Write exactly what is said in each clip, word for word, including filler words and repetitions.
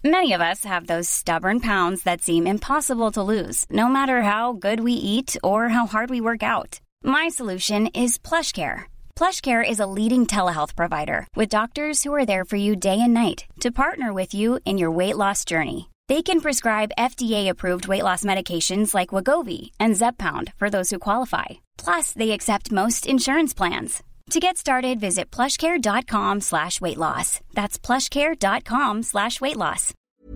Many of us have those stubborn pounds that seem impossible to lose, no matter how good we eat or how hard we work out. My solution is PlushCare. PlushCare is a leading telehealth provider with doctors who are there for you day and night to partner with you in your weight loss journey. They can prescribe F D A-approved weight loss medications like Wegovy and Zepbound for those who qualify. Plus, they accept most insurance plans. To get started, visit plushcare.com slash weight loss. That's plushcare.com slash weight loss.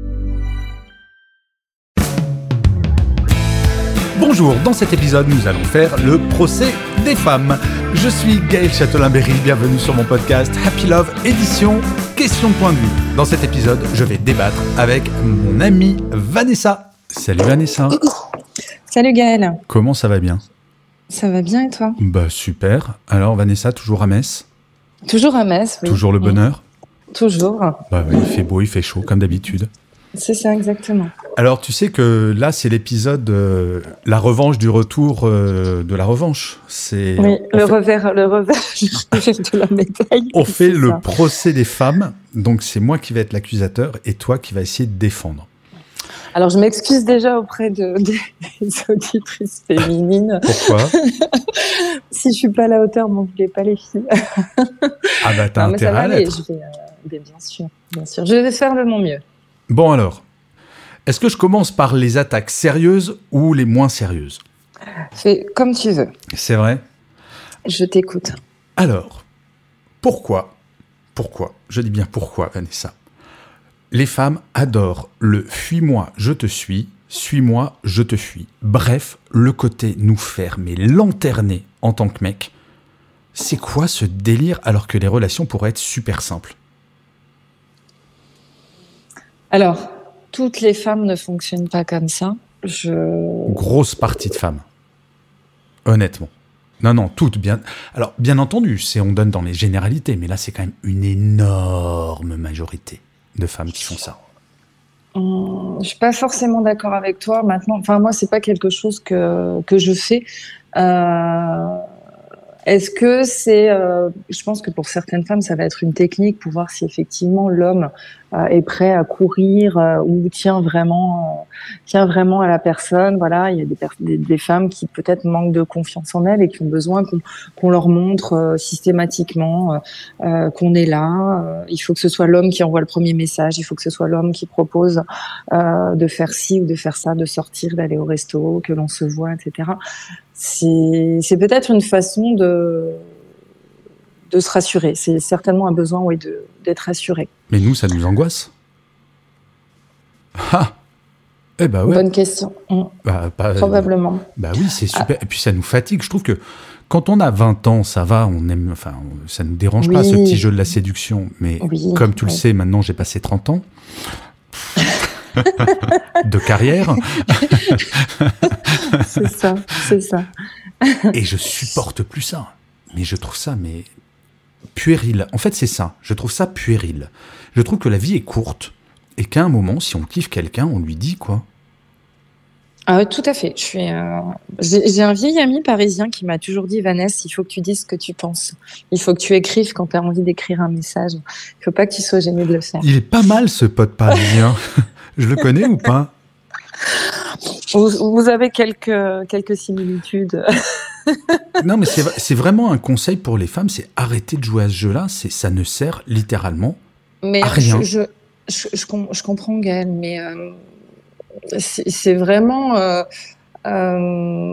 Bonjour, dans cet épisode, nous allons faire le procès des femmes. Je suis Gaël Châtelain-Berry, bienvenue sur mon podcast Happy Love, édition Question de point de vue. Dans cet épisode, je vais débattre avec mon amie Vanessa. Salut Vanessa. Salut Gaël. Comment ça va bien ? Ça va bien et toi ? Bah super. Alors Vanessa, toujours à Metz ? Toujours à Metz, oui. Toujours le bonheur ? Toujours. Bah oui, il fait beau, il fait chaud, comme d'habitude. C'est ça, exactement. Alors, tu sais que là, c'est l'épisode euh, La revanche du retour euh, de la revanche. C'est, oui, le fait, revers, le revers de la médaille. On fait le ça. procès des femmes. Donc, c'est moi qui vais être l'accusateur et toi qui vas essayer de défendre. Alors, je m'excuse déjà auprès de, des auditrices féminines. Pourquoi ? Si je suis pas à la hauteur, m'en voulez pas les filles. Ah bah, t'as non, intérêt à l'être. Je vais, euh, bien sûr, bien sûr. Je vais faire de mon mieux. Bon alors, est-ce que je commence par les attaques sérieuses ou les moins sérieuses ? Fais comme tu veux. C'est vrai ? Je t'écoute. Alors, pourquoi, pourquoi, je dis bien pourquoi, Vanessa, les femmes adorent le « fuis-moi, je te suis », « suis-moi, je te fuis ». Bref, le côté nous faire mais lanterner en tant que mec. C'est quoi ce délire alors que les relations pourraient être super simples ? Alors, toutes les femmes ne fonctionnent pas comme ça. Je... Grosse partie de femmes. Honnêtement. Non, non, toutes bien. Alors, bien entendu, c'est on donne dans les généralités, mais là, c'est quand même une énorme majorité de femmes qui font ça. Hum, je suis pas forcément d'accord avec toi. Maintenant, enfin moi, c'est pas quelque chose que que je fais. Euh... Est-ce que c'est, euh, je pense que pour certaines femmes, ça va être une technique pour voir si effectivement l'homme euh, est prêt à courir euh, ou tient vraiment, euh, tient vraiment à la personne. Voilà, il y a des, per- des, des femmes qui peut-être manquent de confiance en elles et qui ont besoin qu'on, qu'on leur montre euh, systématiquement euh, euh, qu'on est là. Euh, il faut que ce soit l'homme qui envoie le premier message. Il faut que ce soit l'homme qui propose euh, de faire ci ou de faire ça, de sortir, d'aller au resto, que l'on se voit, et cetera. C'est, c'est peut-être une façon de, de se rassurer. C'est certainement un besoin, oui, de, d'être rassuré. Mais nous, ça nous angoisse. Ah ! Eh bah ouais. Bonne question. Mmh. Bah, bah, Probablement. Euh, bah oui, c'est super. Ah. Et puis ça nous fatigue. Je trouve que quand on a vingt ans, ça va, on aime, enfin, ça ne nous dérange oui. pas, ce petit jeu de la séduction. Mais oui, comme tu oui. le sais, maintenant, j'ai passé trente ans. de carrière. c'est ça, c'est ça. Et je supporte plus ça. Mais je trouve ça, mais puéril. En fait, c'est ça. Je trouve ça puéril. Je trouve que la vie est courte et qu'à un moment, si on kiffe quelqu'un, on lui dit quoi. Ah, tout à fait. Je suis, euh... j'ai, j'ai un vieil ami parisien qui m'a toujours dit, Vanessa, il faut que tu dises ce que tu penses. Il faut que tu écrives quand tu as envie d'écrire un message. Il ne faut pas que tu sois gêné de le faire. Il est pas mal, ce pote parisien. Je le connais ou pas ? vous, vous avez quelques, quelques similitudes. Non, mais c'est, c'est vraiment un conseil pour les femmes, c'est arrêter de jouer à ce jeu-là. C'est, ça ne sert littéralement mais à rien. Je, je, je, je, je comprends, Gaël, mais euh, c'est, c'est vraiment... Euh, euh,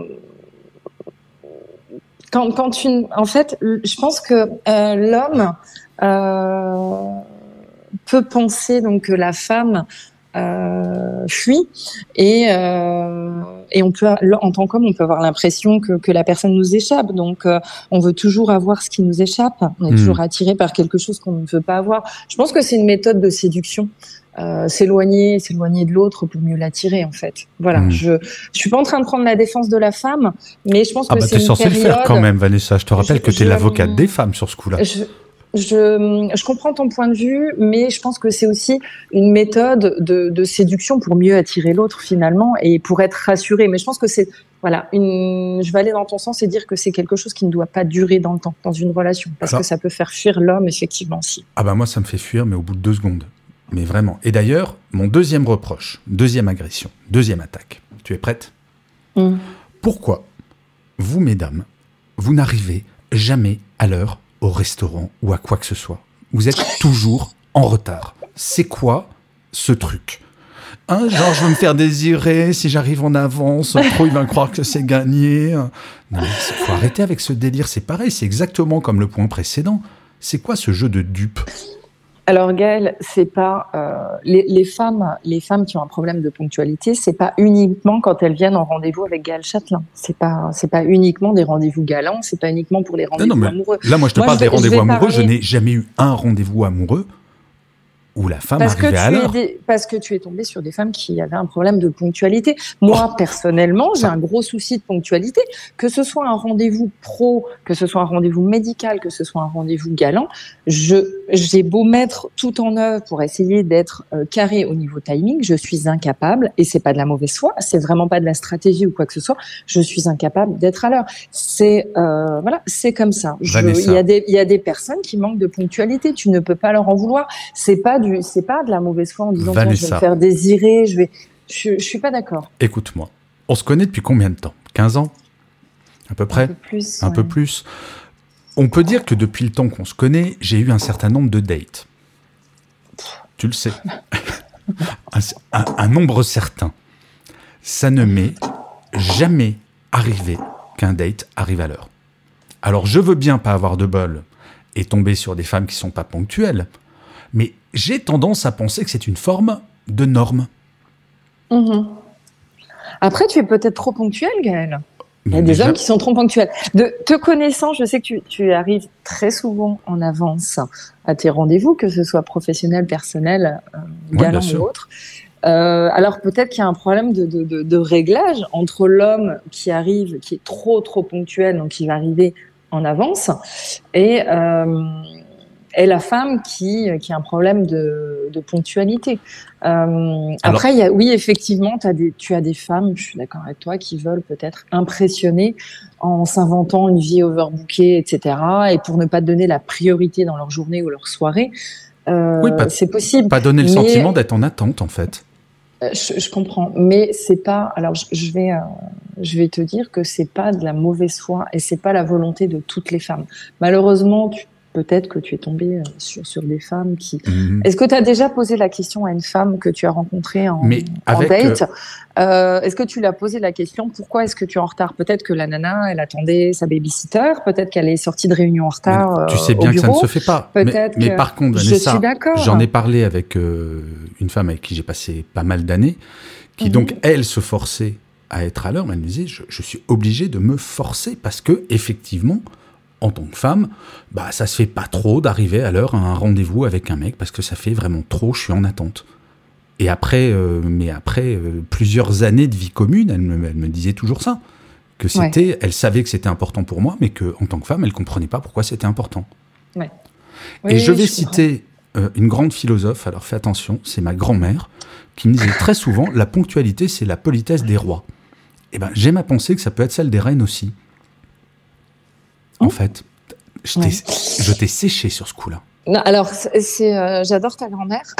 quand, quand une, en fait, je pense que euh, l'homme euh, peut penser donc, que la femme... Euh, fuit et euh, et on peut en tant qu'homme on peut avoir l'impression que que la personne nous échappe, donc euh, on veut toujours avoir ce qui nous échappe, on est mmh. toujours attiré par quelque chose qu'on ne veut pas avoir. Je pense que c'est une méthode de séduction, euh, s'éloigner s'éloigner de l'autre pour mieux l'attirer en fait. Voilà, mmh. je je suis pas en train de prendre la défense de la femme, mais je pense ah que bah c'est t'es une censé période... le faire quand même, Vanessa. Je te rappelle je, que t'es je, l'avocate des femmes sur ce coup-là. Je... Je, je comprends ton point de vue, mais je pense que c'est aussi une méthode de, de séduction pour mieux attirer l'autre finalement et pour être rassuré. Mais je pense que c'est, voilà, une, je vais aller dans ton sens et dire que c'est quelque chose qui ne doit pas durer dans le temps, dans une relation, parce Alors, que ça peut faire fuir l'homme effectivement aussi. Ah bah moi ça me fait fuir, mais au bout de deux secondes. Mais vraiment. Et d'ailleurs, mon deuxième reproche, deuxième agression, deuxième attaque. Tu es prête ? Mm. Pourquoi, vous, mesdames, vous n'arrivez jamais à l'heure au restaurant ou à quoi que ce soit ? Vous êtes toujours en retard. C'est quoi ce truc ? Hein, genre, je veux me faire désirer, si j'arrive en avance, trop, il va croire que c'est gagné. Non, mais il faut arrêter avec ce délire. C'est pareil, c'est exactement comme le point précédent. C'est quoi ce jeu de dupe ? Alors Gaëlle, c'est pas euh, les, les femmes, les femmes qui ont un problème de ponctualité, c'est pas uniquement quand elles viennent en rendez-vous avec Gaël Châtelain. C'est pas, c'est pas uniquement des rendez-vous galants, c'est pas uniquement pour les rendez-vous non, non, amoureux. Là, moi, je te moi, parle je vais, des rendez-vous je amoureux. parler... Je n'ai jamais eu un rendez-vous amoureux où la femme parce arrivait que à l'heure. Des... Parce que tu es tombé sur des femmes qui avaient un problème de ponctualité. Moi, oh. personnellement, j'ai un gros souci de ponctualité. Que ce soit un rendez-vous pro, que ce soit un rendez-vous médical, que ce soit un rendez-vous galant, je, j'ai beau mettre tout en œuvre pour essayer d'être euh, carré au niveau timing, je suis incapable, et c'est pas de la mauvaise foi, c'est vraiment pas de la stratégie ou quoi que ce soit, je suis incapable d'être à l'heure. C'est, euh, voilà, c'est comme ça. Il y a des, il y a des personnes qui manquent de ponctualité, tu ne peux pas leur en vouloir. C'est pas du, c'est pas de la mauvaise foi en disant tiens, je vais me faire désirer, je vais, je, je suis pas d'accord. Écoute-moi, on se connaît depuis combien de temps ? quinze ans ? À peu près ? Un peu plus. Un ouais. peu plus. On peut dire que depuis le temps qu'on se connaît, j'ai eu un certain nombre de dates. Tu le sais. un, un, un nombre certain. Ça ne m'est jamais arrivé qu'un date arrive à l'heure. Alors, je veux bien pas avoir de bol et tomber sur des femmes qui sont pas ponctuelles, mais j'ai tendance à penser que c'est une forme de norme. Mmh. Après, tu es peut-être trop ponctuel, Gaël. Il y a Mais des déjà... hommes qui sont trop ponctuels. De te connaissant, je sais que tu, tu arrives très souvent en avance à tes rendez-vous, que ce soit professionnel, personnel, euh, galant ouais, ou autre. Euh, alors peut-être qu'il y a un problème de, de, de, de réglage entre l'homme qui arrive, qui est trop trop ponctuel, donc qui va arriver en avance, et euh, et la femme qui, qui a un problème de, de ponctualité. Euh, Alors, après, il y a, oui, effectivement, t'as des, tu as des femmes, je suis d'accord avec toi, qui veulent peut-être impressionner en s'inventant une vie overbookée, et cetera. Et pour ne pas donner la priorité dans leur journée ou leur soirée, euh, oui, pas, c'est possible. Pas donner le mais, sentiment d'être en attente, en fait. Je, je comprends, mais c'est pas. Alors, je, je vais, euh, je vais te dire que c'est pas de la mauvaise foi et c'est pas la volonté de toutes les femmes. Malheureusement, tu peut-être que tu es tombé sur, sur des femmes qui... Mmh. Est-ce que tu as déjà posé la question à une femme que tu as rencontrée en, Mais avec en date euh... Euh, Est-ce que tu lui as posé la question, pourquoi est-ce que tu es en retard ? Peut-être que la nana, elle attendait sa babysitter, peut-être qu'elle est sortie de réunion en retard euh, Tu sais bien au que bureau. Ça ne se fait pas. Peut-être mais, que... mais par contre, je Vanessa, suis d'accord. J'en ai parlé avec euh, une femme avec qui j'ai passé pas mal d'années, qui mmh. donc, elle, se forçait à être à l'heure, mais elle me disait, je, je suis obligée de me forcer, parce que, effectivement... En tant que femme, bah, ça se fait pas trop d'arriver à l'heure à un rendez-vous avec un mec parce que ça fait vraiment trop, je suis en attente. Et après, euh, mais après euh, plusieurs années de vie commune, elle me, elle me disait toujours ça. Que c'était, ouais. Elle savait que c'était important pour moi, mais qu'en tant que femme, elle comprenait pas pourquoi c'était important. Ouais. Oui, Et je vais je citer euh, une grande philosophe, alors fais attention, c'est ma grand-mère, qui me disait très souvent, la ponctualité, c'est la politesse des rois. Et ben, j'aime à penser que ça peut être celle des reines aussi. En fait, je t'ai, ouais. je t'ai séché sur ce coup-là. Non, alors, c'est, c'est, euh, j'adore ta grand-mère.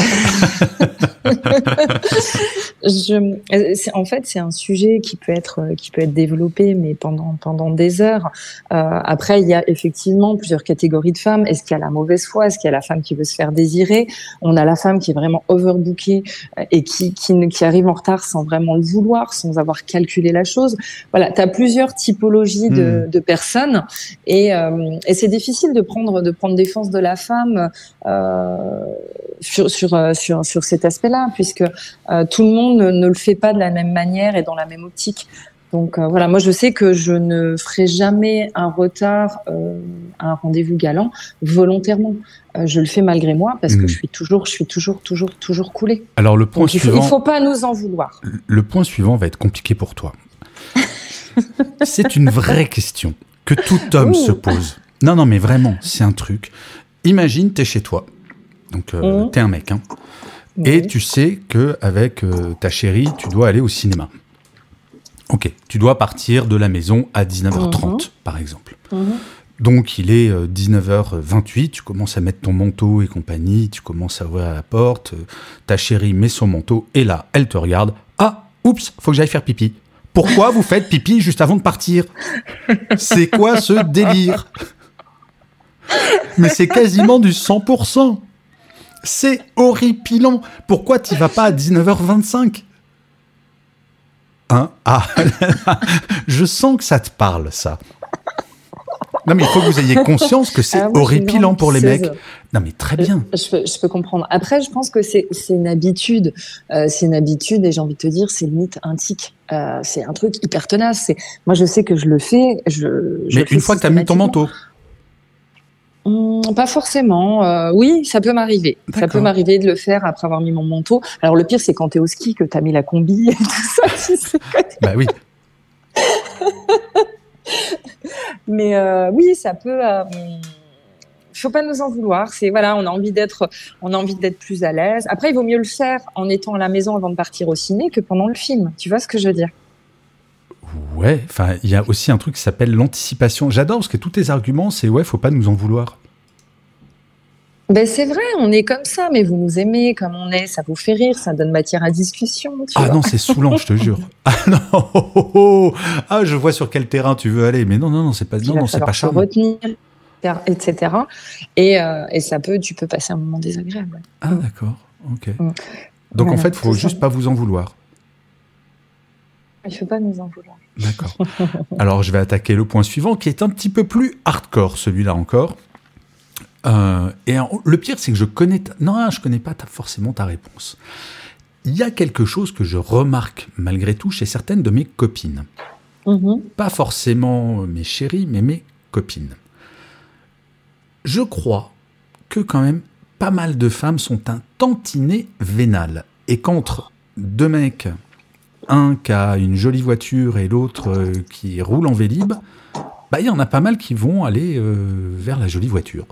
je, c'est, en fait, c'est un sujet qui peut être, qui peut être développé, mais pendant, pendant des heures. Euh, après, il y a effectivement plusieurs catégories de femmes. Est-ce qu'il y a la mauvaise foi ? Est-ce qu'il y a la femme qui veut se faire désirer ? On a la femme qui est vraiment overbookée et qui, qui, qui arrive en retard sans vraiment le vouloir, sans avoir calculé la chose. Voilà, tu as plusieurs typologies de, mmh. de personnes et, euh, et c'est difficile de prendre, de prendre défense de la femme Euh, sur, sur, sur, sur cet aspect-là, puisque euh, tout le monde ne, ne le fait pas de la même manière et dans la même optique. Donc euh, voilà, moi je sais que je ne ferai jamais un retard euh, à un rendez-vous galant volontairement. Euh, je le fais malgré moi parce mmh. que je suis toujours, je suis toujours, toujours, toujours coulée. Alors le point Donc, suivant, il faut, il faut pas nous en vouloir. Le point suivant va être compliqué pour toi. C'est une vraie question que tout homme Ouh. se pose. Non, non, mais vraiment, c'est un truc. Imagine, t'es chez toi, donc euh, mmh. t'es un mec, hein, mmh. et tu sais qu'avec euh, ta chérie, tu dois aller au cinéma. Ok, tu dois partir de la maison à dix-neuf heures trente, mmh. par exemple. Mmh. Donc, il est dix-neuf heures vingt-huit, tu commences à mettre ton manteau et compagnie, tu commences à ouvrir la porte, ta chérie met son manteau, et là, elle te regarde. Ah, oups, faut que j'aille faire pipi. Pourquoi vous faites pipi juste avant de partir ? C'est quoi ce délire ? Mais c'est quasiment du cent pour cent. C'est horripilant. Pourquoi tu vas pas à dix-neuf heures vingt-cinq ? Hein ? Ah, je sens que ça te parle, ça. Non, mais il faut que vous ayez conscience que c'est ah, moi, horripilant pour les mecs. Non, mais très bien. Je, je, peux, je peux comprendre. Après, je pense que c'est, c'est une habitude. Euh, c'est une habitude et j'ai envie de te dire, c'est limite un tic. Euh, c'est un truc hyper tenace. C'est... Moi, je sais que je le fais. Je, je mais le fais une fois que tu as mis ton manteau Hum, pas forcément. Euh, oui, ça peut m'arriver. D'accord. Ça peut m'arriver de le faire après avoir mis mon manteau. Alors, le pire, c'est quand t'es au ski, que t'as mis la combi et tout ça. Tu sais quoi. Bah oui. Mais euh, oui, ça peut. Euh, faut pas nous en vouloir. C'est voilà, on a envie d'être, on a envie d'être plus à l'aise. Après, il vaut mieux le faire en étant à la maison avant de partir au ciné que pendant le film. Tu vois ce que je veux dire? Ouais, enfin, il y a aussi un truc qui s'appelle l'anticipation. J'adore parce que tous tes arguments, c'est ouais, faut pas nous en vouloir. Ben c'est vrai, on est comme ça, mais vous nous aimez comme on est, ça vous fait rire, ça donne matière à discussion. Tu ah vois. Non, c'est saoulant, je te jure. Ah non, oh, oh, oh. Ah, je vois sur quel terrain tu veux aller, mais non, non, non, c'est pas, non, non, c'est pas charmant. Retenir, et cetera. Et, euh, et ça peut, tu peux passer un moment désagréable. Ah d'accord, ok. Mm. Donc voilà, en fait, il faut juste ça. Pas vous en vouloir. Il ne faut pas nous en vouloir. D'accord. Alors, je vais attaquer le point suivant, qui est un petit peu plus hardcore, celui-là encore. Euh, et le pire, c'est que je connais... Ta... Non, je connais pas ta... forcément ta réponse. Il y a quelque chose que je remarque, malgré tout, chez certaines de mes copines. Mm-hmm. Pas forcément mes chéries, mais mes copines. Je crois que quand même, pas mal de femmes sont un tantinet vénal. Et qu'entre deux mecs... un qui a une jolie voiture et l'autre euh, qui roule en Vélib, bah, il y en a pas mal qui vont aller euh, vers la jolie voiture.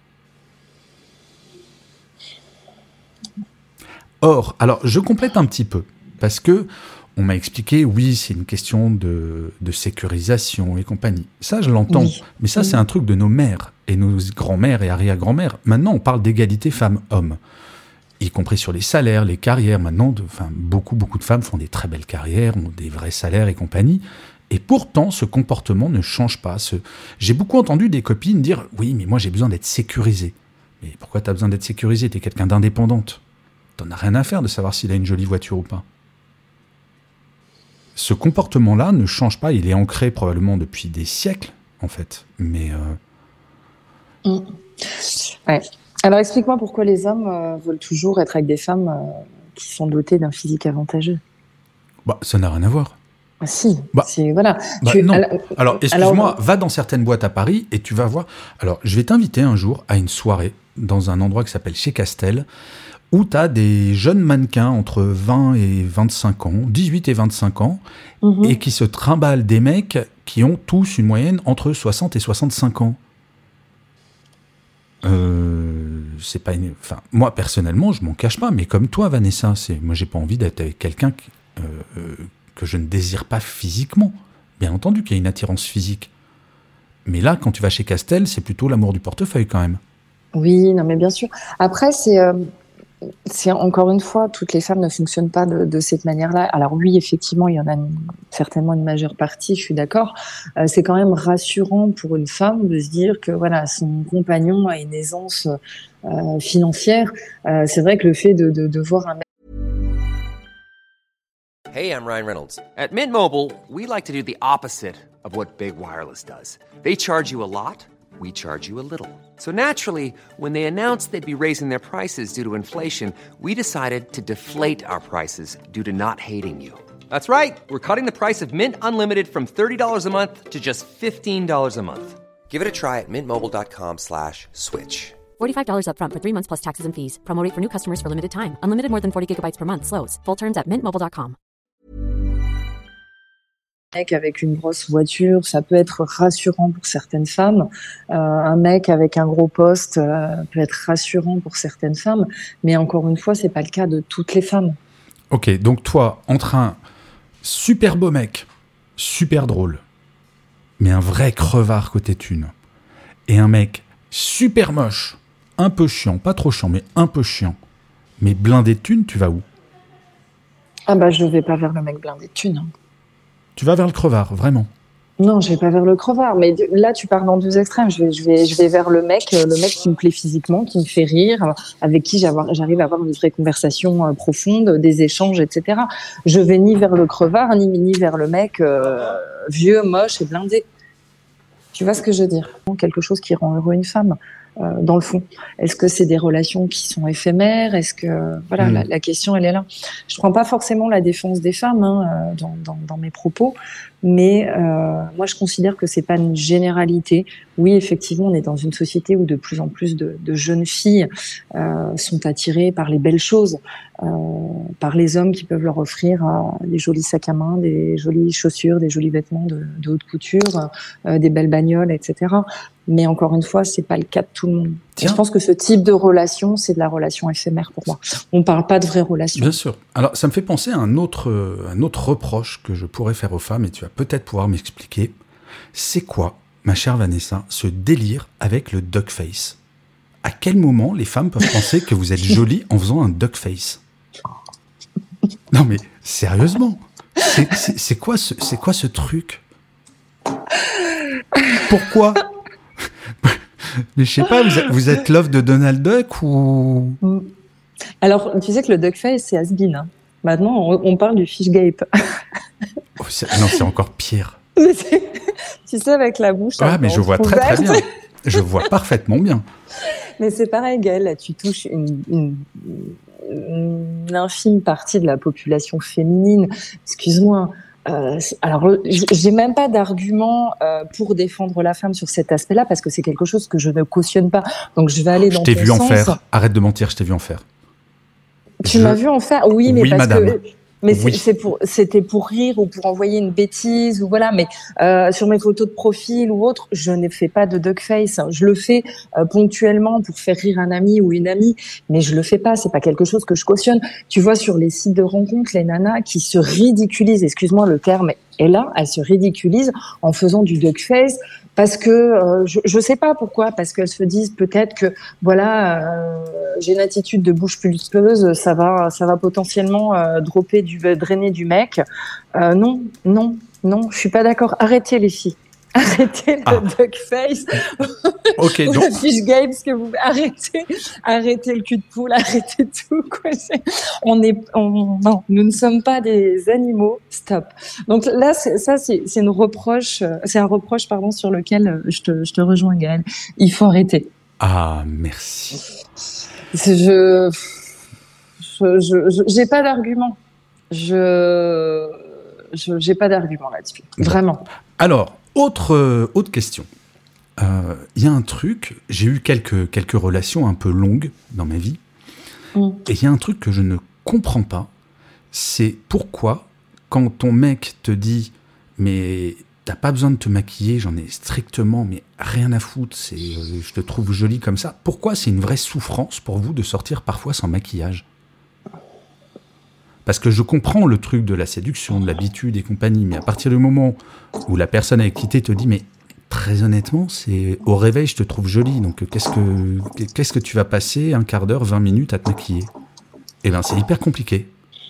Or, alors, je complète un petit peu, parce que on m'a expliqué, oui, c'est une question de, de sécurisation et compagnie. Ça, je l'entends, oui. Mais ça, oui. C'est un truc de nos mères, et nos grands-mères et arrière-grands-mères. Maintenant, on parle d'égalité femmes-hommes. Y compris sur les salaires, les carrières. Maintenant, de, enfin, beaucoup, beaucoup de femmes font des très belles carrières, ont des vrais salaires et compagnie. Et pourtant, ce comportement ne change pas. Ce... J'ai beaucoup entendu des copines dire « Oui, mais moi, j'ai besoin d'être sécurisée. » Mais pourquoi tu as besoin d'être sécurisée ? Tu es quelqu'un d'indépendante. Tu n'en as rien à faire de savoir s'il a une jolie voiture ou pas. Ce comportement-là ne change pas. Il est ancré probablement depuis des siècles, en fait. Mais... Euh... Mmh. Ouais. Alors, explique-moi pourquoi les hommes euh, veulent toujours être avec des femmes euh, qui sont dotées d'un physique avantageux. Bah, ça n'a rien à voir. Ah, si, bah, c'est, voilà. Bah, tu, non. Alors, alors excuse-moi, alors, va dans certaines boîtes à Paris et tu vas voir... Alors, je vais t'inviter un jour à une soirée dans un endroit qui s'appelle Chez Castel, où tu as des jeunes mannequins entre vingt et vingt-cinq ans, dix-huit et vingt-cinq ans, mm-hmm. et qui se trimballent des mecs qui ont tous une moyenne entre soixante et soixante-cinq ans. Euh, c'est pas une... enfin, moi personnellement je m'en cache pas, mais comme toi Vanessa, c'est... moi j'ai pas envie d'être avec quelqu'un qui, euh, euh, que je ne désire pas physiquement. Bien entendu qu'il y a une attirance physique, mais là quand tu vas chez Castel, c'est plutôt l'amour du portefeuille quand même. Oui, non mais bien sûr. Après c'est euh, c'est encore une fois, toutes les femmes ne fonctionnent pas de, de cette manière-là. Alors oui, effectivement, il y en a une, certainement une majeure partie, je suis d'accord. Euh, c'est quand même rassurant pour une femme de se dire que voilà, son compagnon a une aisance euh, financière. Euh, c'est vrai que le fait de, de, de voir un... Hey, I'm Ryan Reynolds. At Mint Mobile, we like to do the opposite of what Big Wireless does. They charge you a lot. We charge you a little. So naturally, when they announced they'd be raising their prices due to inflation, we decided to deflate our prices due to not hating you. That's right. We're cutting the price of Mint Unlimited from thirty dollars a month to just fifteen dollars a month. Give it a try at mintmobile.com slash switch. forty-five dollars up front for three months plus taxes and fees. Promo rate for new customers for limited time. Unlimited more than forty gigabytes per month slows. Full terms at mint mobile dot com. Mec avec une grosse voiture, ça peut être rassurant pour certaines femmes. Euh, un mec avec un gros poste euh, peut être rassurant pour certaines femmes, mais encore une fois, c'est pas le cas de toutes les femmes. Ok, donc toi, entre un super beau mec, super drôle, mais un vrai crevard côté thune, et un mec super moche, un peu chiant, pas trop chiant, mais un peu chiant, mais blindé de thunes, tu vas où? Ah bah je vais pas vers le mec blindé de thunes. Hein. Tu vas vers le crevard, vraiment? Non, je vais pas vers le crevard. Mais là, tu pars dans deux extrêmes. Je vais, je vais, je vais vers le mec, le mec qui me plaît physiquement, qui me fait rire, avec qui j'arrive à avoir une vraie conversation profonde, des échanges, et cetera. Je vais ni vers le crevard, ni, ni vers le mec euh, vieux, moche et blindé. Tu vois ce que je veux dire? Quelque chose qui rend heureux une femme, euh, dans le fond. Est-ce que c'est des relations qui sont éphémères? Est-ce que voilà, mmh. la, la question elle est là. Je prends pas forcément la défense des femmes hein, dans, dans, dans mes propos, mais euh, moi je considère que c'est pas une généralité. Oui, effectivement, on est dans une société où de plus en plus de, de jeunes filles euh, sont attirées par les belles choses, euh, par les hommes qui peuvent leur offrir euh, des jolis sacs à main, des jolies chaussures, des jolis vêtements de, de haute couture, euh, des belles bagnoles, et cetera. Mais encore une fois, c'est pas le cas de tout le monde. Et je pense que ce type de relation, c'est de la relation éphémère pour moi. On parle pas de vraie relation. Bien sûr. Alors, ça me fait penser à un autre, un autre reproche que je pourrais faire aux femmes, et tu vas peut-être pouvoir m'expliquer. C'est quoi, ma chère Vanessa, ce délire avec le duck face? À quel moment les femmes peuvent penser que vous êtes jolie en faisant un duck face? Non mais, sérieusement, c'est, c'est, c'est, quoi ce, c'est quoi ce truc? Pourquoi? Mais je sais pas, vous êtes, vous êtes love de Donald Duck ou... Alors, tu sais que le duck face, c'est has-been. Hein. Maintenant, on, on parle du fish gape. Oh, c'est, non, c'est encore pire. Tu sais, avec la bouche... Ah, mais je vois très très bien. Je vois parfaitement bien. Mais c'est pareil, Gaëlle, là, tu touches une, une, une infime partie de la population féminine. Excuse-moi. Euh, alors, j'ai même pas d'argument euh, pour défendre la femme sur cet aspect-là parce que c'est quelque chose que je ne cautionne pas. Donc, je vais aller dans ton sens. Je t'ai vu en faire. Arrête de mentir, je t'ai vu en faire. Tu je... m'as vu en faire, oui, mais oui, parce madame. que. Mais oui. c'est, c'est pour, c'était pour rire ou pour envoyer une bêtise ou voilà. Mais euh, sur mes photos de profil ou autre, je ne fais pas de duck face. Je le fais euh, ponctuellement pour faire rire un ami ou une amie, mais je le fais pas. C'est pas quelque chose que je cautionne. Tu vois sur les sites de rencontres, les nanas qui se ridiculisent. Excuse-moi, le terme est là. Elles se ridiculisent en faisant du duck face. Parce que euh, je je sais pas pourquoi, parce qu'elles se disent peut-être que voilà euh, j'ai une attitude de bouche pulpeuse, ça va ça va potentiellement euh, dropper du drainer du mec. Euh, non non non, je suis pas d'accord. Arrêtez les filles. Arrêtez le ah. duck face. Ok, donc. Le fish game, ce que vous arrêtez, arrêtez le cul de poule, arrêtez tout quoi. C'est... On est, on... non, nous ne sommes pas des animaux. Stop. Donc là, c'est, ça, c'est, c'est une reproche, c'est un reproche, pardon, sur lequel je te, je te rejoins, Gaëlle. Il faut arrêter. Ah, merci. Je, je, je, je j'ai pas d'argument. Je, je, j'ai pas d'argument là-dessus. Vraiment. Alors. Autre, euh, autre question. Il euh, y a un truc, j'ai eu quelques, quelques relations un peu longues dans ma vie, mm. et il y a un truc que je ne comprends pas, c'est pourquoi, quand ton mec te dit « mais t'as pas besoin de te maquiller, j'en ai strictement mais rien à foutre, c'est, euh, je te trouve jolie comme ça », pourquoi c'est une vraie souffrance pour vous de sortir parfois sans maquillage ? Parce que je comprends le truc de la séduction, de l'habitude et compagnie, mais à partir du moment où la personne avec qui t'es te dit « mais très honnêtement, c'est au réveil, je te trouve jolie, donc qu'est-ce que, qu'est-ce que tu vas passer un quart d'heure, vingt minutes à te maquiller ?» Eh bien, c'est hyper compliqué.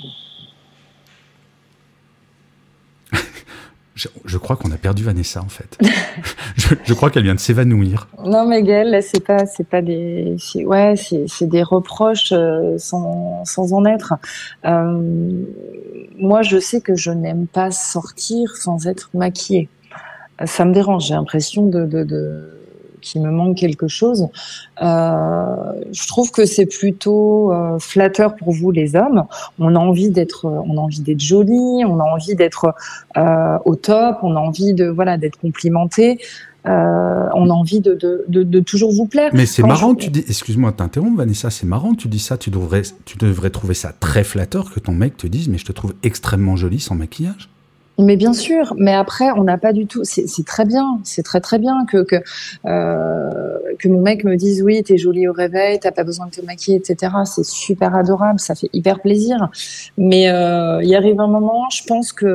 je, je crois qu'on a perdu Vanessa, en fait. je, je crois qu'elle vient de s'évanouir. Non, mais Gaëlle, là, c'est pas, c'est pas des, c'est, ouais, c'est, c'est des reproches euh, sans, sans en être. Euh, moi, je sais que je n'aime pas sortir sans être maquillée. Ça me dérange. J'ai l'impression de, de, de, qu'il me manque quelque chose. Euh, je trouve que c'est plutôt euh, flatteur pour vous, les hommes. On a envie d'être, on a envie d'être jolie, on a envie d'être euh, au top, on a envie de, voilà, d'être complimenté. Euh, on a envie de, de, de, de toujours vous plaire. Mais c'est Quand marrant, je... tu dis, excuse-moi de t'interrompre, Vanessa, c'est marrant, tu dis ça, tu devrais, tu devrais trouver ça très flatteur que ton mec te dise, mais je te trouve extrêmement jolie sans maquillage. Mais bien sûr, mais après, on n'a pas du tout. C'est, c'est très bien, c'est très très bien que que euh, que mon mec me dise oui, t'es jolie au réveil, t'as pas besoin de te maquiller, et cetera. C'est super adorable, ça fait hyper plaisir. Mais euh, il arrive un moment, je pense que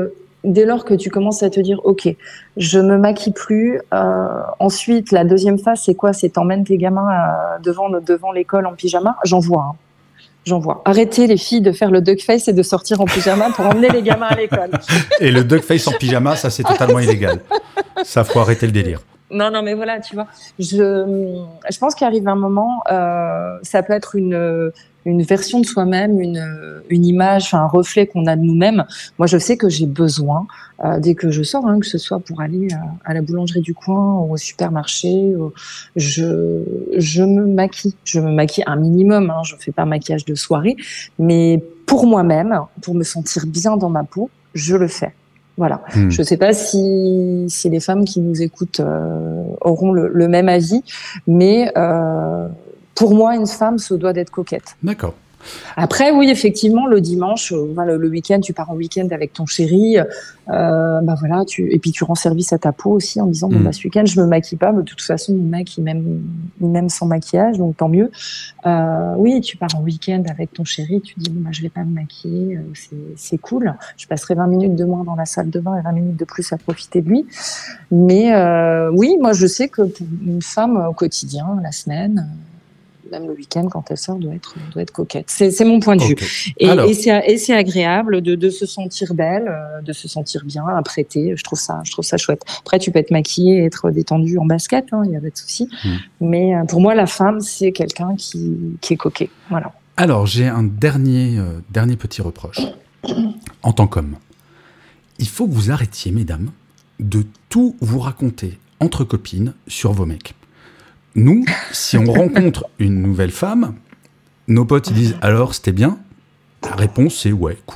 dès lors que tu commences à te dire, ok, je me maquille plus. Euh, ensuite, la deuxième phase, c'est quoi? C'est t'emmènes tes gamins euh, devant devant l'école en pyjama. J'en vois. Hein. J'en vois. Arrêtez les filles de faire le duckface et de sortir en pyjama pour emmener les gamins à l'école. Et le duckface en pyjama, ça c'est totalement illégal. Ça, faut arrêter le délire. Non, non, mais voilà, tu vois. Je, je pense qu'il arrive un moment, euh, ça peut être une, une version de soi-même, une, une image, un reflet qu'on a de nous-mêmes. Moi, je sais que j'ai besoin, euh, dès que je sors, hein, que ce soit pour aller à, à la boulangerie du coin ou au supermarché, ou, je, je me maquille. Je me maquille un minimum, hein, je fais pas un maquillage de soirée, mais pour moi-même, pour me sentir bien dans ma peau, je le fais. Voilà. Mmh. Je ne sais pas si, si les femmes qui nous écoutent euh, auront le, le même avis, mais euh, pour moi, une femme se doit d'être coquette. D'accord. Après, oui, effectivement, le dimanche, euh, le, le week-end, tu pars en week-end avec ton chéri, euh, bah voilà, tu, et puis tu rends service à ta peau aussi en disant, mmh. bon, bah, ce week-end, je me maquille pas, mais de toute façon, mon mec, il m'aime, il m'aime sans maquillage, donc tant mieux. Euh, oui, tu pars en week-end avec ton chéri, tu dis, bon, bah, je vais pas me maquiller, c'est, c'est cool. Je passerai vingt minutes de moins dans la salle de bain et vingt minutes de plus à profiter de lui. Mais, euh, oui, moi, je sais que pour une femme au quotidien, la semaine, même le week-end, quand elle sort, doit être, doit être coquette. C'est, c'est mon point de okay. vue. Et, et, c'est, et c'est agréable de, de se sentir belle, de se sentir bien, apprêtée. Je trouve ça, je trouve ça chouette. Après, tu peux être maquillée et être détendue en basket, il hein, n'y a pas de souci. Mmh. Mais pour moi, la femme, c'est quelqu'un qui, qui est coquet. Voilà. Alors, j'ai un dernier, euh, dernier petit reproche. En tant qu'homme, il faut que vous arrêtiez, mesdames, de tout vous raconter entre copines sur vos mecs. Nous, si on rencontre une nouvelle femme, nos potes ils disent « Alors, c'était bien ?» La réponse, c'est « Ouais, cool. »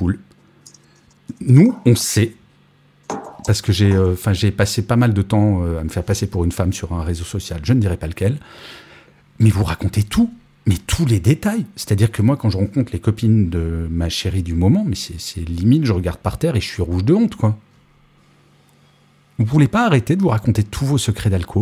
Nous, on sait, parce que j'ai, euh, j'ai passé pas mal de temps euh, à me faire passer pour une femme sur un réseau social, je ne dirai pas lequel, mais vous racontez tout, mais tous les détails. C'est-à-dire que moi, quand je rencontre les copines de ma chérie du moment, mais c'est, c'est limite, je regarde par terre et je suis rouge de honte, quoi. Vous ne voulez pas arrêter de vous raconter tous vos secrets d'alcôve ?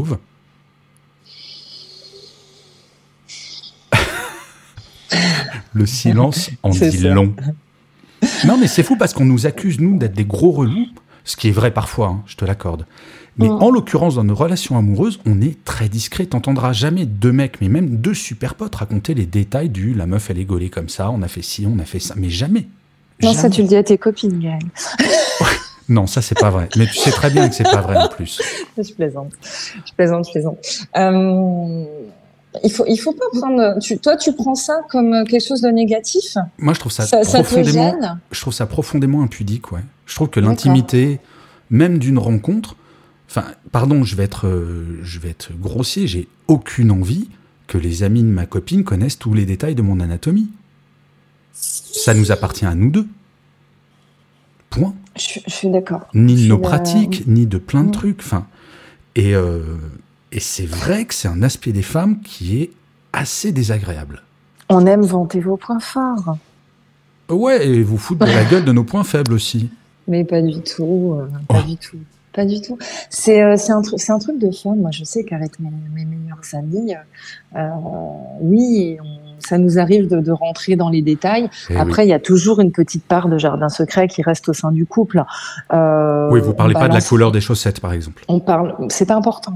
Le silence en c'est dit ça. Long. Non, mais c'est fou parce qu'on nous accuse, nous, d'être des gros relous, ce qui est vrai parfois, hein, je te l'accorde. Mais mmh. en l'occurrence, dans nos relations amoureuses, on est très discret. T'entendras jamais deux mecs, mais même deux super potes raconter les détails du « la meuf, elle est gaulée comme ça, on a fait ci, on a fait ça ». Mais jamais. Non, jamais. Ça, tu le dis à tes copines, Gaël. Non, ça, c'est pas vrai. Mais tu sais très bien que c'est pas vrai en plus. Je plaisante. Je plaisante, je plaisante. Euh... Il faut, il faut pas prendre. Tu, toi, tu prends ça comme quelque chose de négatif ? Moi, je trouve ça, ça profondément. Ça te gêne ? Je trouve ça profondément impudique, ouais. Je trouve que l'intimité, D'accord. même d'une rencontre. Enfin, pardon, je vais être, euh, je vais être grossier. J'ai aucune envie que les amis de ma copine connaissent tous les détails de mon anatomie. Ça nous appartient à nous deux. Point. Je, je suis d'accord. Ni de je nos de... pratiques, ni de plein de mmh. trucs. Enfin, et. Euh, Et c'est vrai que c'est un aspect des femmes qui est assez désagréable. On aime vanter vos points forts. Ouais, et vous foutre de la gueule de nos points faibles aussi. Mais pas du tout, euh, pas oh. du tout, pas du tout. C'est, euh, c'est, un, tr- c'est un truc de femme. Moi, je sais qu'avec mes, mes meilleurs amis, euh, oui, on, ça nous arrive de, de rentrer dans les détails. Et Après, il oui. y a toujours une petite part de jardin secret qui reste au sein du couple. Euh, oui, vous parlez pas balance... de la couleur des chaussettes, par exemple. On parle, c'est important.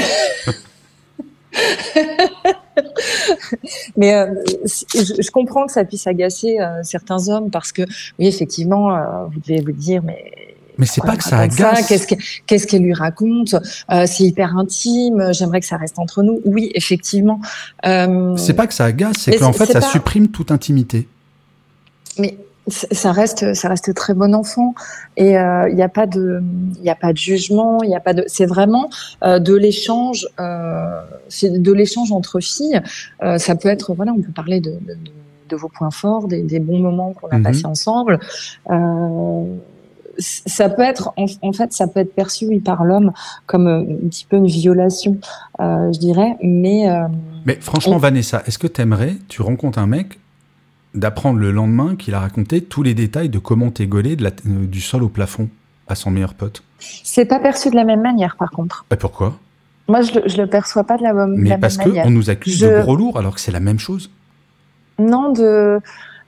Mais euh, je, je comprends que ça puisse agacer euh, certains hommes parce que, oui, effectivement, euh, vous devez vous dire, mais. Mais c'est pas que ça agace. Ça qu'est-ce, que, qu'est-ce qu'elle lui raconte euh, C'est hyper intime. J'aimerais que ça reste entre nous. Oui, effectivement. Euh, c'est pas que ça agace, c'est qu'en fait, ça pas... supprime toute intimité. Mais ça reste, ça reste très bon enfant. Et il euh, n'y a pas de, il y a pas de jugement. Il y a pas de. C'est vraiment euh, de l'échange. Euh, c'est de l'échange entre filles. Euh, ça peut être, voilà, on peut parler de, de, de, de vos points forts, des, des bons moments qu'on a mm-hmm. passés ensemble. Euh, ça peut être, en, en fait, ça peut être perçu oui, par l'homme comme euh, un petit peu une violation, euh, je dirais. Mais, euh, mais franchement, on... Vanessa, est-ce que t'aimerais, tu rencontres un mec, d'apprendre le lendemain qu'il a raconté tous les détails de comment t'es gaulé de la, euh, du sol au plafond à son meilleur pote ? C'est pas perçu de la même manière, par contre. Et pourquoi ? Moi, je le, je le perçois pas de la, mais la même parce manière. Mais parce qu'on nous accuse je... de gros lourds alors que c'est la même chose ? Non, de...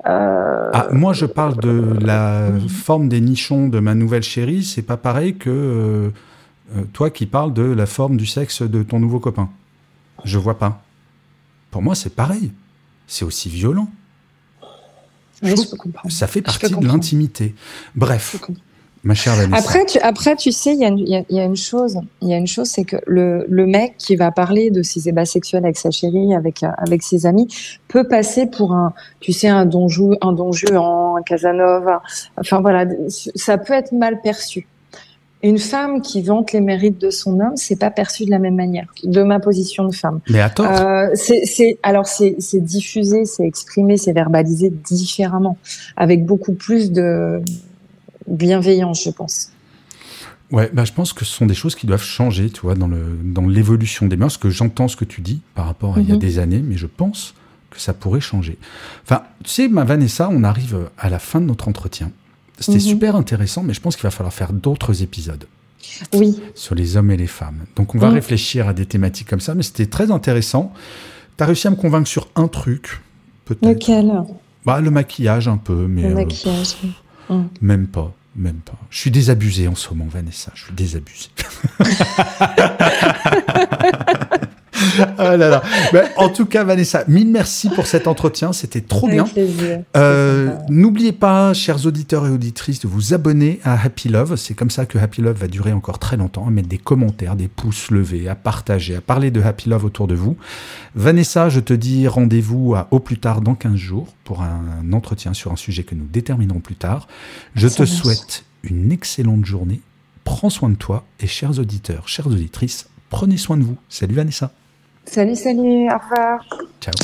Euh... Ah, moi, je parle de la mmh. forme des nichons de ma nouvelle chérie. C'est pas pareil que euh, euh, toi qui parles de la forme du sexe de ton nouveau copain. Je vois pas. Pour moi, c'est pareil. C'est aussi violent. Oui, je peux comprendre. Ça fait partie de l'intimité. Bref. Ma chère Vanessa. Après, tu, après, tu sais, il y, y, y a une chose. Il y a une chose, c'est que le, le mec qui va parler de ses ébats sexuels avec sa chérie, avec avec ses amis, peut passer pour un, tu sais, un Don Ju, un Don Juan, un Casanova. Enfin voilà, ça peut être mal perçu. Une femme qui vante les mérites de son homme, c'est pas perçu de la même manière, de ma position de femme. Mais à tort. Euh, c'est, c'est, alors c'est, c'est diffusé, c'est exprimé, c'est verbalisé différemment, avec beaucoup plus de bienveillance, je pense. Ouais, bah je pense que ce sont des choses qui doivent changer, tu vois, dans le dans l'évolution des mœurs. Que j'entends ce que tu dis par rapport à mm-hmm. il y a des années, mais je pense que ça pourrait changer. Enfin, tu sais, ma Vanessa, on arrive à la fin de notre entretien. C'était mm-hmm. super intéressant, mais je pense qu'il va falloir faire d'autres épisodes. Oui. Sur les hommes et les femmes. Donc on va mm. réfléchir à des thématiques comme ça, mais c'était très intéressant. Tu as réussi à me convaincre sur un truc, peut-être. Lequel ? Bah, le maquillage un peu, mais... Le euh, maquillage, pff, mm. Même pas. Même pas. Je suis désabusé en ce moment, Vanessa. Je suis désabusé. Oh là là. Ben, en tout cas, Vanessa, mille merci pour cet entretien. C'était trop Avec bien. plaisir. Euh, n'oubliez pas, chers auditeurs et auditrices, de vous abonner à Happy Love. C'est comme ça que Happy Love va durer encore très longtemps. À mettre des commentaires, des pouces levés, à partager, à parler de Happy Love autour de vous. Vanessa, je te dis rendez-vous à, au plus tard dans quinze jours pour un entretien sur un sujet que nous déterminerons plus tard. Je ça te marche. souhaite une excellente journée. Prends soin de toi et chers auditeurs, chères auditrices, prenez soin de vous. Salut Vanessa. Salut, salut, au revoir. Ciao.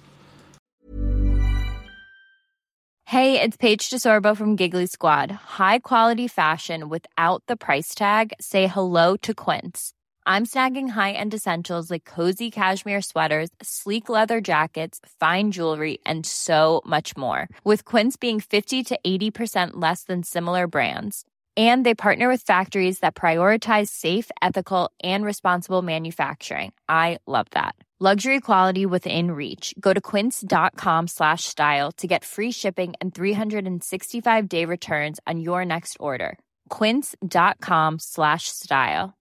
Hey, it's Paige DeSorbo from Giggly Squad. High quality fashion without the price tag. Say hello to Quince. I'm snagging high-end essentials like cozy cashmere sweaters, sleek leather jackets, fine jewelry, and so much more. With Quince being fifty to eighty percent less than similar brands. And they partner with factories that prioritize safe, ethical, and responsible manufacturing. I love that. Luxury quality within reach. Go to quince.com slash style to get free shipping and three sixty-five day returns on your next order. Quince.com slash style.